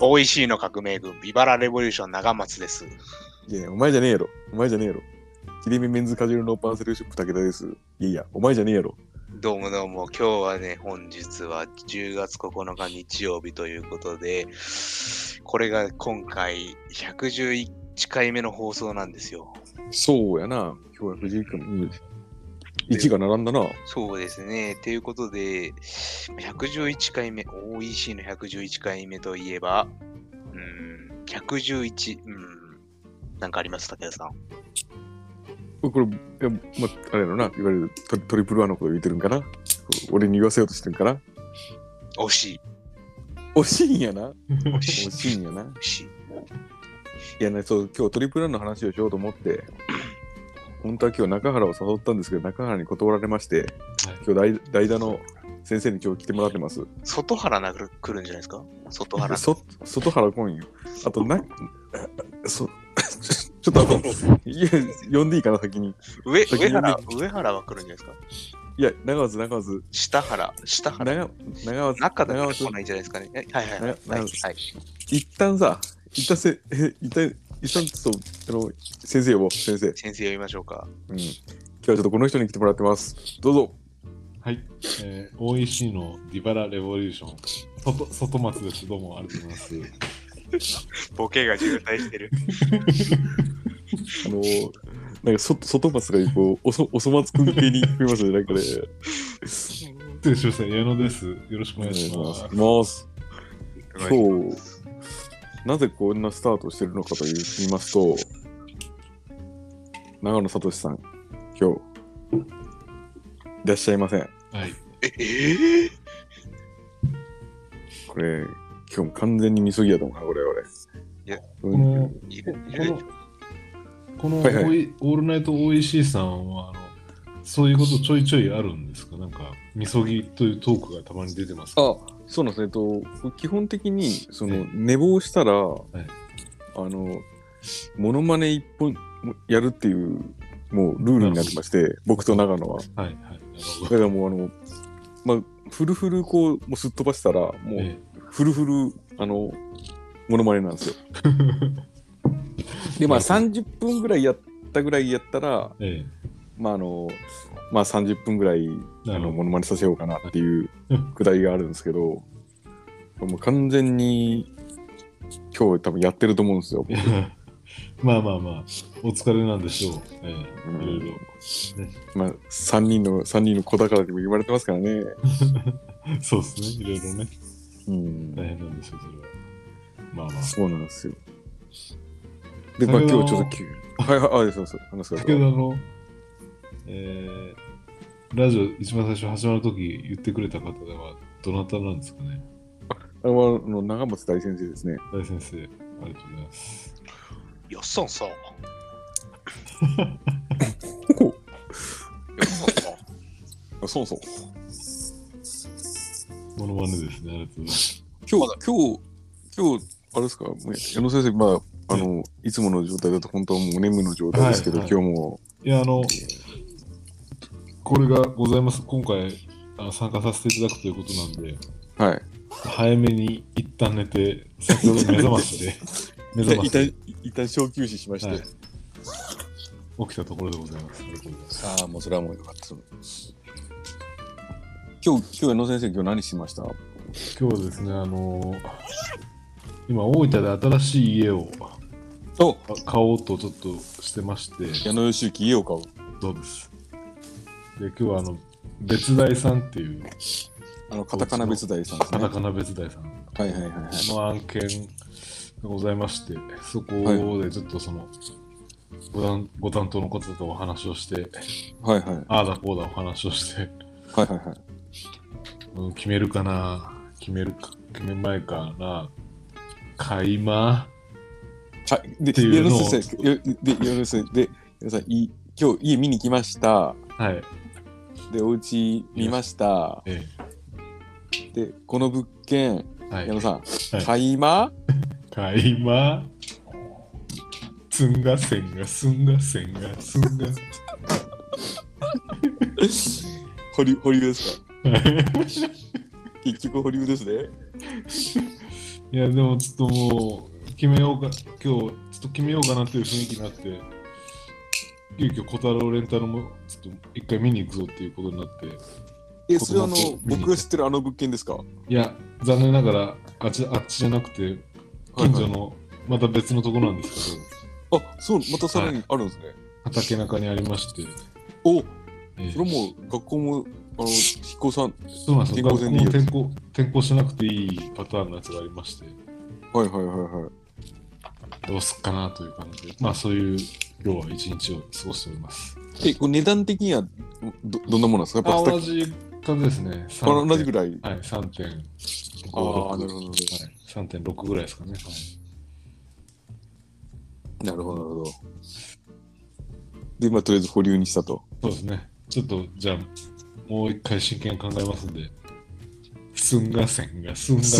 OEC の革命軍、ビバラレボリューション長松です。 いや、お前じゃねえやろ。お前じゃねえやろ。切り身メンズカジュアルノーパンセルショップ武田です。いや、お前じゃねえやろ。 どうもどうも、今日はね、本日は10月9日日曜日ということで、これが今回111回目の放送なんですよ。 そうやな。今日は藤井君に1が並んだな。 そうですね。ということで、111回目、OEC の111回目といえば、111、なんかあります、武田さん。 これ、あれやろな、いわゆるトリプルアのこと言ってるんかな。俺に言わせようとしてるんかな。 惜しい。 惜しいんやな。惜しいんやな。 惜しい。 いやね、そう、今日トリプルアの話をしようと思って、本当は今日中原を誘ったんですけど、中原に断られまして、今日代打の先生に今日来てもらってます。 外原来るんじゃないですか。外原。 外原来んよ。あとちょっと呼んでいいかな、先に。 上原は来るんじゃないですか。 いや、長松。 下原。 長松。 中だと来ないんじゃないですかね。はい。 一旦ちょっと、先生呼ぼう、先生。 先生呼びましょうか。 今日はちょっとこの人に来てもらってます。どうぞ。 はい。OEC のディバラレボリューション。外松です。どうもありがとうございます。 ボケが渋滞してる。 なんか外松がこうおそ松くん系に聞こえますね、なんかね。 失礼しました。矢野です。よろしくお願いします。 今日、なぜこんなスタートしてるのかと言いますと、長野聡さん、今日、いらっしゃいません。 はい。 これ、今日も完全に見過ぎやと思うな、これ、俺。 いや、 このオールナイト OEC さんはそういうことちょいちょいあるんですか。なんかみそぎというトークがたまに出てますか。 そうなんですね。基本的に寝坊したら、モノマネ一本やるっていうもうルールになってまして、僕と長野は。 はいはい。 だからもうフルフルこうもうすっ飛ばしたらもうフルフルモノマネなんですよ。で30分ぐらいやったら、30分ぐらいモノマネさせようかなっていうくだりがあるんですけど、もう完全に今日多分やってると思うんですよ。 まあお疲れなんでしょう。いろいろ、 3人の子宝でも言われてますからね。 そうですね、いろいろね。大変なんでしょう、それは。 そうなんですよ。で、今日ちょっとそう話すけどラジオ一番最初始まるとき言ってくれた方ではどなたなんですかね。 長松大先生ですね。 大先生、ありがとうございます。 よっそんそう。 そう。 モノマネですね。ありがとうございます。 今日あれですか、矢野先生、いつもの状態だと本当はもう眠の状態ですけど、今日も。 いや、これがございます。今回参加させていただくということなんで、 はい。 早めに一旦寝て、先ほど目覚ましで、 一旦小休止しまして、 起きたところでございます。 もうそれはもうよかった。今日矢野先生、今日何しました？ 今日はですね、今大分で新しい家を買おうとちょっとしてまして。 矢野義行、家を買う。 そうです。で、今日は別大さんっていうカタカナ別大さんですね。 カタカナ別大さんの案件がございまして、そこでちょっとご担当の方とお話をして、ああだこうだお話をして、決めるかな、決め前かな、買いまっていうのをで、皆さん今日家見に来ました。で、お家見ました。で、この物件、矢野さん、買いますんがせんがすんがせんがすんが保留ですか？結局保留ですね。 いいや、でもちょっともう、決めようか、今日、ちょっと決めようかなっていう雰囲気になって、急遽小太郎レンタルも、ちょっと一回見に行くぞっていうことになって。 それは僕が知ってるあの物件ですか？ いや、残念ながら、あっちじゃなくて、近所の、また別のとこなんですけど。そう、またさらにあるんですね。 畑中にありまして。 それも学校も、飛行さん、 そうなんですよ。学校も転校しなくていいパターンのやつがありまして。 はい。 どうすっかなという感じで、まあそういう今日は一日を過ごしております。 値段的にはどんなものなんですか？ 同じ感じですね。 同じぐらい。 はい、3.5。 なるほど。 3.6 ぐらいですかね。はい、 なるほど。で、とりあえず保留にしたと。 そうですね。ちょっと、じゃあ、もう一回真剣に考えますんで。すんがせんがって。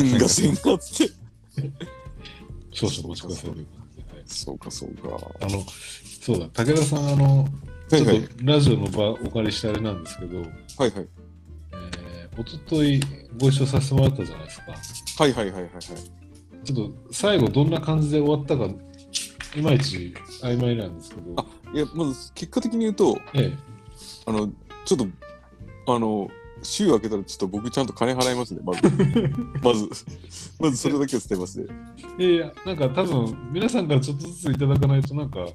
少々お待ちくださいという感じで。 そうか。 そうだ、武田さん、ちょっとラジオの場お借りしてあれなんですけど、おとといご一緒させてもらったじゃないですか。 はい。 ちょっと最後どんな感じで終わったか、いまいち曖昧なんですけど。 いや、まず結果的に言うと、ちょっと、週明けたらちょっと僕ちゃんと金払いますね、まずそれだけは捨てますね。 いや、なんか多分皆さんからちょっとずついただかないとなんか、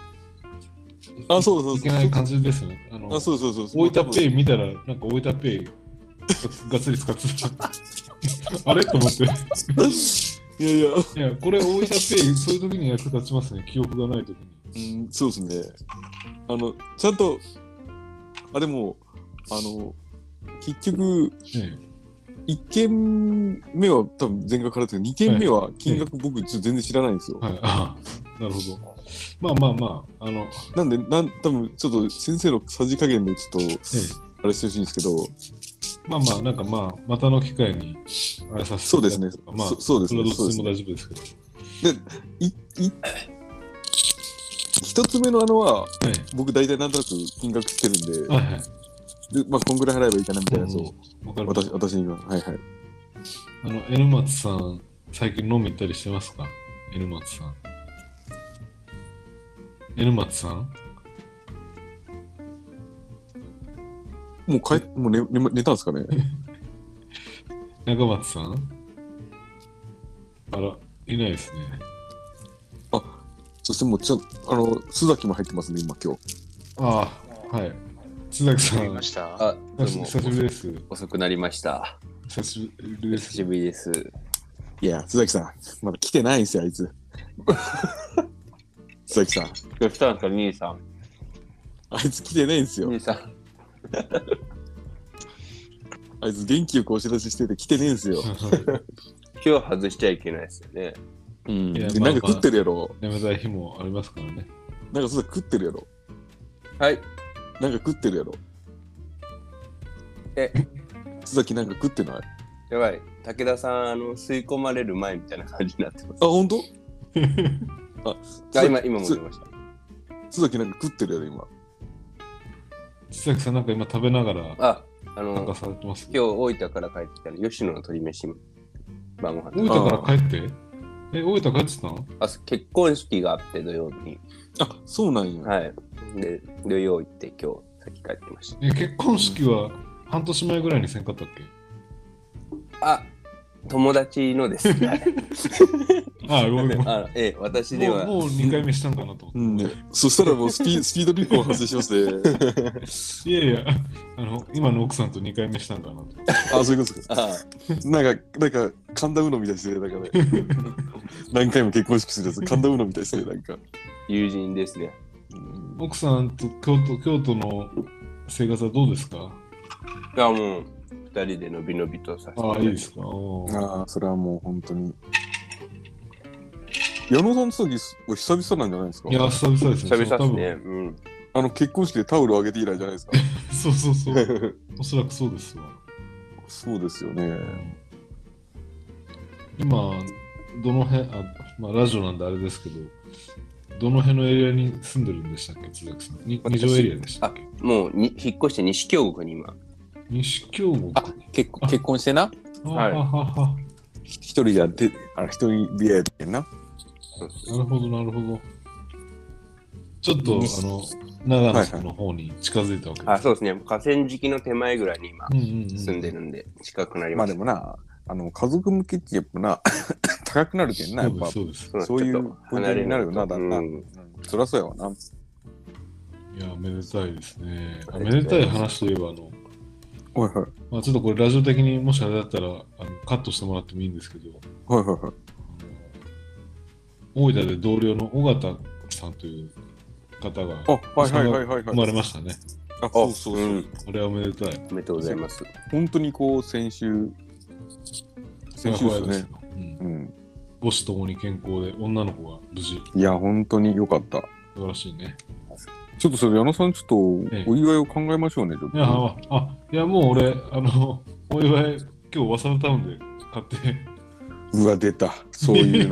そういけない感じですよね。 そう。 大分ペイ見たら、なんか大分ペイがっつり使ってた。あれと思って。いや、これ大分ペイ、そういう時に役立ちますね、記憶がない時に。そうですね。ちゃんと、でも、結局、1件目は多分全額払ってるけど、2件目は金額僕全然知らないんですよ。 なるほど。まあ。 なんで、多分ちょっと先生のさじ加減でちょっと、あれしてほしいんですけど、 なんかまたの機会にあれさせてそうですね。そうですね。 それはどっちでも大丈夫ですけど。 で、一つ目のは、僕大体なんとなく金額来てるんで、で、こんぐらい払えばいいかなみたいなやつを、私には、 N 松さん、最近飲み行ったりしてますか？ N 松さん。N 松さんもう寝たんですかね？ 中松さんあら、いないですね。 そしてもう須崎も入ってますね、今日。 はい。須崎さん。 久しぶりです。 遅くなりました。 久しぶりです。 いや、須崎さん、まだ来てないんですよ、あいつ。須崎さん。 どうしたんですか、兄さん。 あいつ来てないんですよ。 兄さん。 あいつ元気よくお知らせしてて来てねえんですよ。 今日外しちゃいけないですよね。 なんか食ってるやろ。 眠たい日もありますからね。 なんかそれ食ってるやろ。 はい。 なんか食ってるやろ。須崎なんか食ってない？ やばい。武田さん、吸い込まれる前みたいな感じになってます。 本当？ 今戻りました。 須崎なんか食ってるやろ、今。 須崎さんなんか今食べながら、なんかされてます。 今日大分から帰ってきたら、吉野の鶏飯晩ご飯。 大分から帰って？大分帰ってたの？ 結婚式があって土曜日に。 そうなんや。 はい。で、土曜行って今日先帰ってました。 結婚式は半年前ぐらいにせんかったっけ？ 友達のですね。 ごめん。 私ではもう2回目したんかなと思って。 そしたらもうスピード離婚発生しますね。 いや、今の奥さんと2回目したんかなと。 そういうことですか。なんか神田うのみたいですね。なんかね。何回も結婚式するやつ、神田うのみたいですね。なんか。 友人ですね。 奥さんと京都の生活はどうですか？ もう2人でのびのびとさせてもらって。 いいですか？ それはもう本当に。矢野さんと久々なんじゃないですか？ いや、久々ですね。 久々ですね。 結婚式でタオルをあげて以来じゃないですか。 そう。おそらくそうですわ。 そうですよね。 今、どの辺、ラジオなんであれですけど、どの辺のエリアに住んでるんでしたっけ、津崎さん。二条エリアでしたっけ？ もう引っ越して西京極に今。 西京極？ 結婚してな？ はい。 一人じゃ一人部屋やってんな。 なるほど、なるほど。ちょっと、長野の方に近づいたわけです。 あ、そうですね。河川敷の手前ぐらいに今、住んでるんで、近くなりました。 まあでもな、家族向けってやっぱな、高くなるけんな、やっぱ。 そうです。 そういう離れになるよな、だんだん。そりゃそうやわな。 いや、めでたいですね。めでたい話といえば、 はいはい。 まあ、ちょっとこれラジオ的にもしあれだったらカットしてもらってもいいんですけど、 はいはいはい。 大分で同僚の尾形さんという方が生まれましたね。 あ、そうそうそう。 これはおめでたい。 おめでとうございます。 本当にこう、先週ですね。 母子ともに健康で女の子が無事。 いや、本当に良かった。 素晴らしいね。 ちょっとそれ、矢野さん、ちょっとお祝いを考えましょうね、ちょっと。 いや、もう俺、お祝い、今日、ワサルタウンで買って。 うわ、出た。そういうの。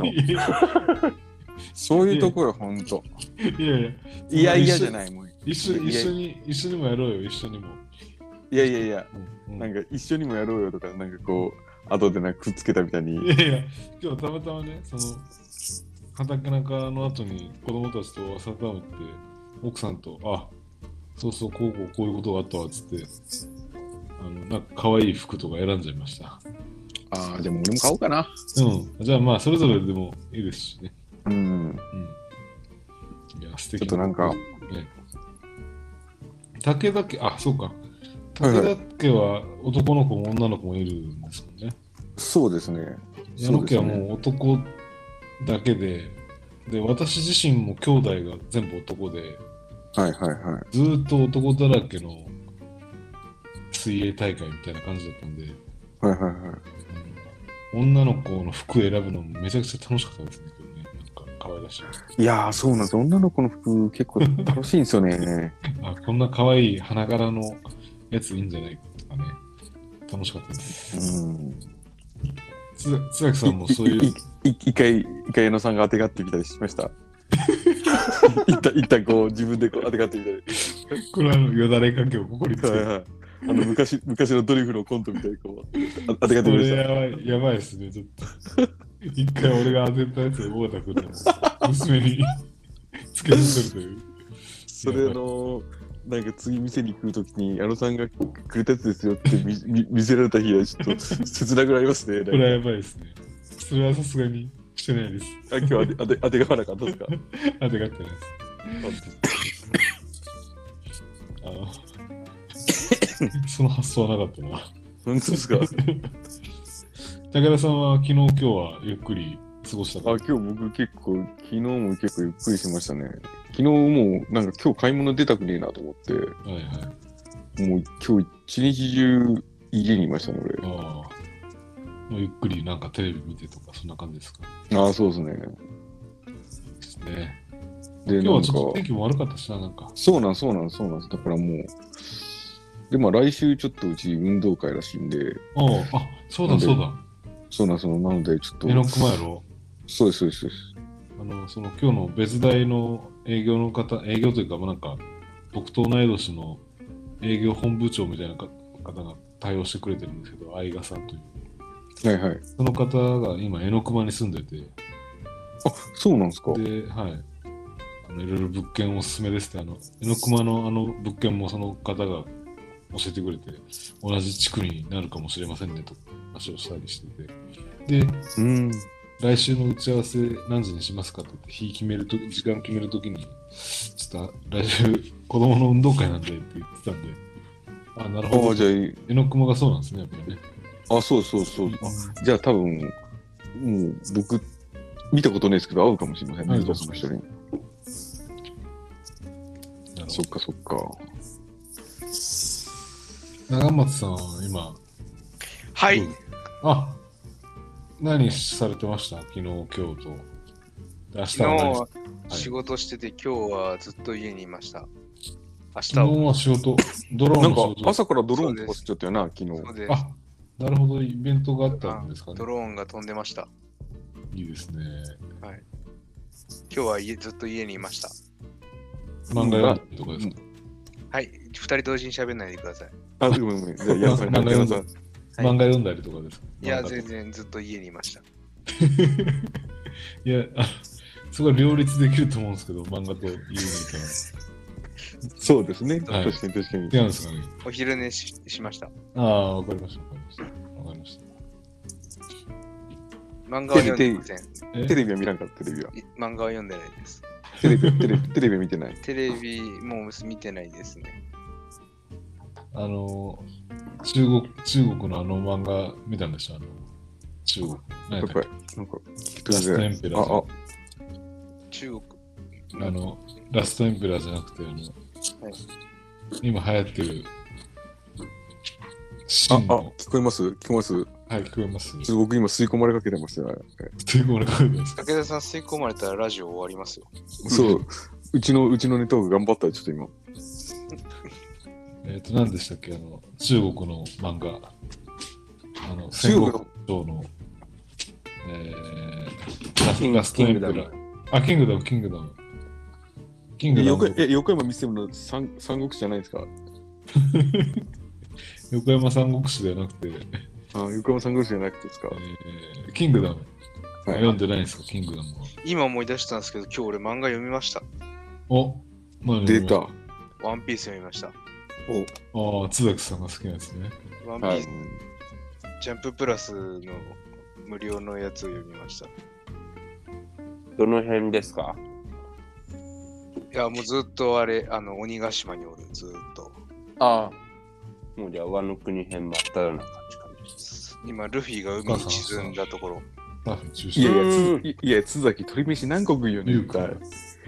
そういうところ、ほんと。いやいやじゃない、もう。 一緒にもやろうよ、一緒にも。 いや、なんか一緒にもやろうよとか、なんかこう、後でくっつけたみたいに。 いや、今日たまたまね、畑中の後に子供たちとワサルタウン行って、奥さんと、そうそう、こういうことがあったわっつって、なんか可愛い服とか選んじゃいました。 じゃあもう俺も買おうかな。 じゃあまあ、それぞれでもいいですしね。いや、素敵。 ちょっとなんか。 武田家、そうか。武田家は男の子も女の子もいるんですもんね。 そうですね。 矢野家はもう男だけで、私自身も兄弟が全部男で、ずーっと男だらけの水泳大会みたいな感じだったんで、女の子の服選ぶのもめちゃくちゃ楽しかったですね。なんか可愛らしい。いやー、そうなんです。女の子の服結構楽しいんですよね。 こんな可愛い花柄のやついいんじゃないかとかね。楽しかったです。津崎さんもそういう。 一回矢野さんが当てがってきたりしました。一旦こう自分でこう当てがってみたり。 これはよだれかけをここにつけて。 昔のドリフのコントみたいにこう当てがってみました。 やばいですね、ちょっと。一回俺が当てたやつで尾形君の娘につけさせるという。 それなんか次店に来るときに矢野さんがくれたやつですよって見せられた日はちょっと切なくなりますね。 これはやばいですね。それはさすがにしてないです。 今日は当てがわなかったですか？ 当てがってないです。その発想はなかったな。 本当ですか？ 武田さんは昨日今日はゆっくり過ごしたか？ 今日僕昨日も結構ゆっくりしましたね。昨日もうなんか今日買い物出たくねえなと思って、もう今日一日中家にいましたね、俺。 もうゆっくりなんかテレビ見てとかそんな感じですか？ そうですね。 ですね。 で、 今日はちょっと天気も悪かったしな、なんか。 そうなんです。だからもう、で、来週ちょっとうち運動会らしいんで。 そうだ。 そうなんです。なのでちょっと。 江ノ熊やろ？ そうです。 今日の別大の営業の方、営業というか、なんか、僕と同い年の営業本部長みたいな方が対応してくれてるんですけど、相賀さんという。その方が今、江ノ熊に住んでて。 そうなんですか？ で、いろいろ物件おすすめですって、江ノ熊の物件もその方が教えてくれて、同じ地区になるかもしれませんねと話をしたりしてて。で、来週の打ち合わせ何時にしますかって言って時間決めるときに、ちょっと来週子供の運動会なんでって言ってたんで、なるほど。 じゃあ、 江ノ熊がそうなんですね、やっぱりね。 そう。じゃあ多分、もう僕、見たことないですけど、会うかもしれませんね、その人に。そっか。 長松さんは今。 はい。 何されてました？昨日、今日と。明日は仕事してて、今日はずっと家にいました。 昨日は仕事、ドローンの仕事。 なんか朝からドローン飛ばしちゃったよな、昨日。 そうです。 なるほど、イベントがあったんですかね。 ドローンが飛んでました。 いいですね。 はい。今日はずっと家にいました。 漫画読んでとかですか？ はい、2人同時に喋んないでください。 ごめん。じゃあ、矢野さん。 漫画読んだりとかですか？ いや、全然ずっと家にいました。 いや、すごい両立できると思うんですけど、漫画と家にいたら。 そうですね。 はい確かに確かに。 違うんですかね。 お昼寝しました。 ああ、わかりました。わかりました。 漫画は読んでません。 テレビは見らんかった、テレビは。 漫画は読んでないです。 テレビ見てない。 テレビもう見てないですね。 中国の漫画見たんでしょ？中国。 なんか、 ラストエンペラー。 中国。 ラストエンペラーじゃなくて、はい、今流行ってる。 聞こえます？ はい、聞こえます。 僕今吸い込まれかけてましたよ。 吸い込まれかけてます。 武田さん吸い込まれたらラジオ終わりますよ。 そう、うちのネットワーク頑張ったらちょっと今。 何でしたっけ中国の漫画。 中国のラストエンペラー。あ、キングダム。 横山見せるの三国志じゃないですか？ 横山三国志ではなくて。 横山三国志じゃなくてですか？ キングダム。読んでないんですか、キングダムは。 今思い出したんですけど、今日俺漫画読みました。 出た。 ワンピース読みました。 津崎さんが好きなやつね。 ワンピース、ジャンププラスの無料のやつを読みました。 どの辺ですか？ いや、もうずっと鬼ヶ島におる、ずっと。 もうじゃあ、ワノ国編真ったような感じかも。 今、ルフィが海に沈んだところ。 いや、津崎鳥飯何個食うよね。 3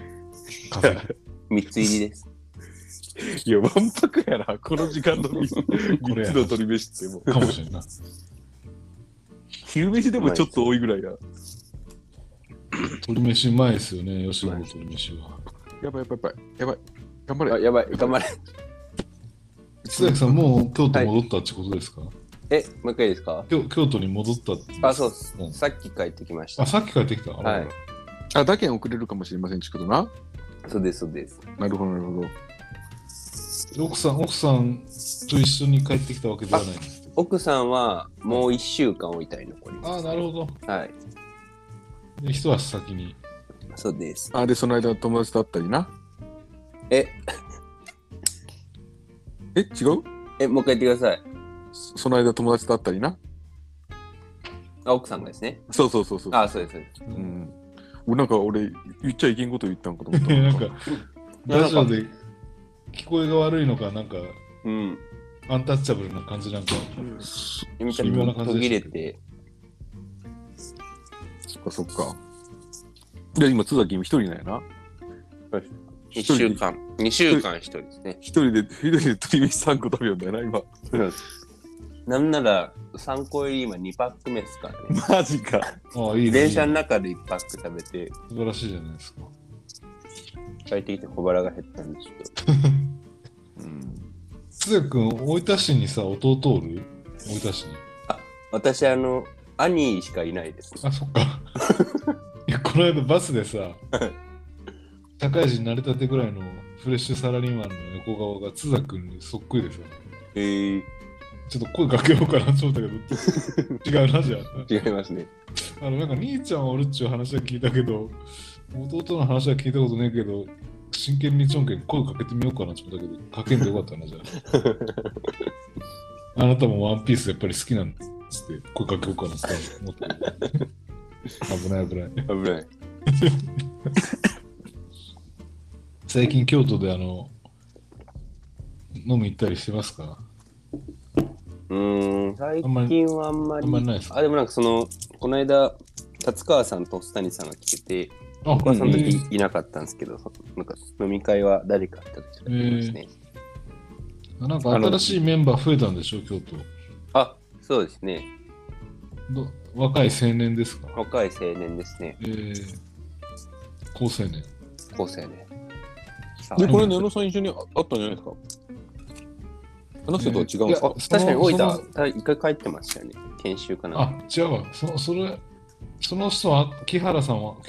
つ入りです。 いや、わんぱくやな、この時間の3つの鳥飯ってもう。 かもしれんな。 昼飯でもちょっと多いぐらいや。 鳥飯うまいですよね、吉野の鳥飯は。 やばい。頑張れ。 やばい。 津崎さん、もう京都戻ったってことですか？ もう一回いいですか？ 京都に戻ったって。 そうです。さっき帰ってきました。 さっき帰ってきた？ はい。 だけん遅れるかもしれませんちけどな。 そうです。 なるほど。 奥さんと一緒に帰ってきたわけではないんです。 奥さんはもう1週間おいたい残ります。 なるほど。 はい。 で、一足先に。 そうです。 で、その間友達と会ったりな。違う？ もう一回言ってください。 その間友達と会ったりな。 奥さんがですね。 そう。 そうです。 なんか俺言っちゃいけんこと言ったんかと思った。 なんかラジオで聞こえが悪いのか、なんか、アンタッチャブルな感じなんか、 みたいな途切れて。 そっか。で、今、津崎一人なんやな。 2週間一人ですね。一人で鳥飯3個食べようんだよな、今。 なんなら3個入り今2パック目ですからね。 マジか。 いい電車の中で1パック食べて。 素晴らしいじゃないですか。 帰ってきて小腹が減ったんでちょっと。 津崎君、大分市にさ、弟おる？大分市に。 私兄しかいないです。 そっか。この間バスでさ、社会人慣れたてぐらいのフレッシュサラリーマンの横顔が津崎君にそっくりでさ。ちょっと声かけようかなと思ったけど、違うなじゃん。 違いますね。 なんか兄ちゃんはおるっちゅう話は聞いたけど、弟の話は聞いたことねえけど、真剣にちょんけん声かけてみようかなと思ったけど、かけんでよかったなじゃあ。あなたもワンピースやっぱり好きなんですって声かけようかなって思ったけど。危ない。最近京都で飲み行ったりしてますか？ 最近はあんまりないですか？ でもなんかこの間達川さんと須谷さんが来てて、僕はその時いなかったんですけど、なんか飲み会は誰かって時がいますね。 なんか新しいメンバー増えたんでしょ、京都。 そうですね。 若い青年ですか？ 若い青年ですね。 高青年。 で、これね、矢野さん一緒に会ったんじゃないですか？話してとは違うんですか？ 確かに大分一回帰ってましたよね。研修かな。 違うわ。その人は木原さんね。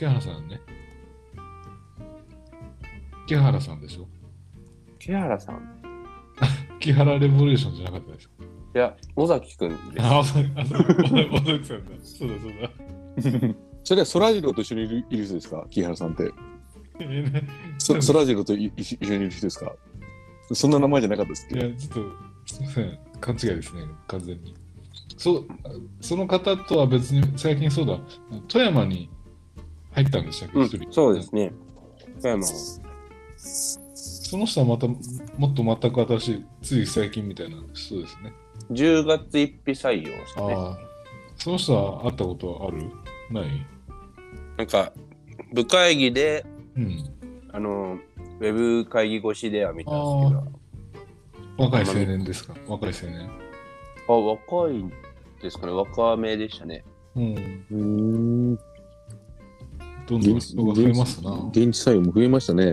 木原さんでしょ？ 木原さん木原レボリューションじゃなかったですか？ いや、尾崎くんです。 尾崎さんだ。そうだ。 それはそらジローと一緒にいる人ですか？木原さんって。そらジローと一緒にいる人ですか？そんな名前じゃなかったですけど。 いや、ちょっと、すみません。勘違いですね、完全に。その方とは別に、最近そうだ、富山に入ったんでしたっけ、一人。 そうですね。富山。 その人はもっと全く新しい、つい最近みたいな人ですね。 10月1日採用ですね。 その人は会ったことはある？ない？ なんか、部会議で、 ウェブ会議越しでは見たんですけど。 若い青年ですか？若い青年。 若いですかね。若めでしたね。 どんどん人が増えますな。 現地採用も増えましたね。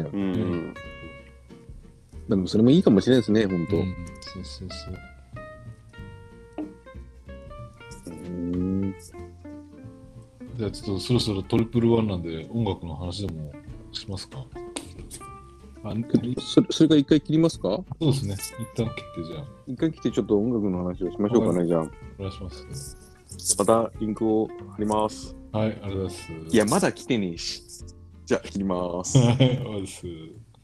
でもそれもいいかもしれないですね、本当。 そう。じゃあちょっとそろそろトリプルワンなんで音楽の話でもしますか？ それから一回切りますか？ そうですね。一旦切ってじゃあ。 一回切ってちょっと音楽の話をしましょうかね、じゃあ。 お願いします。 またリンクを貼ります。 はい、ありがとうございます。 いや、まだ来てねえし。じゃあ切ります。 ありがとうございます。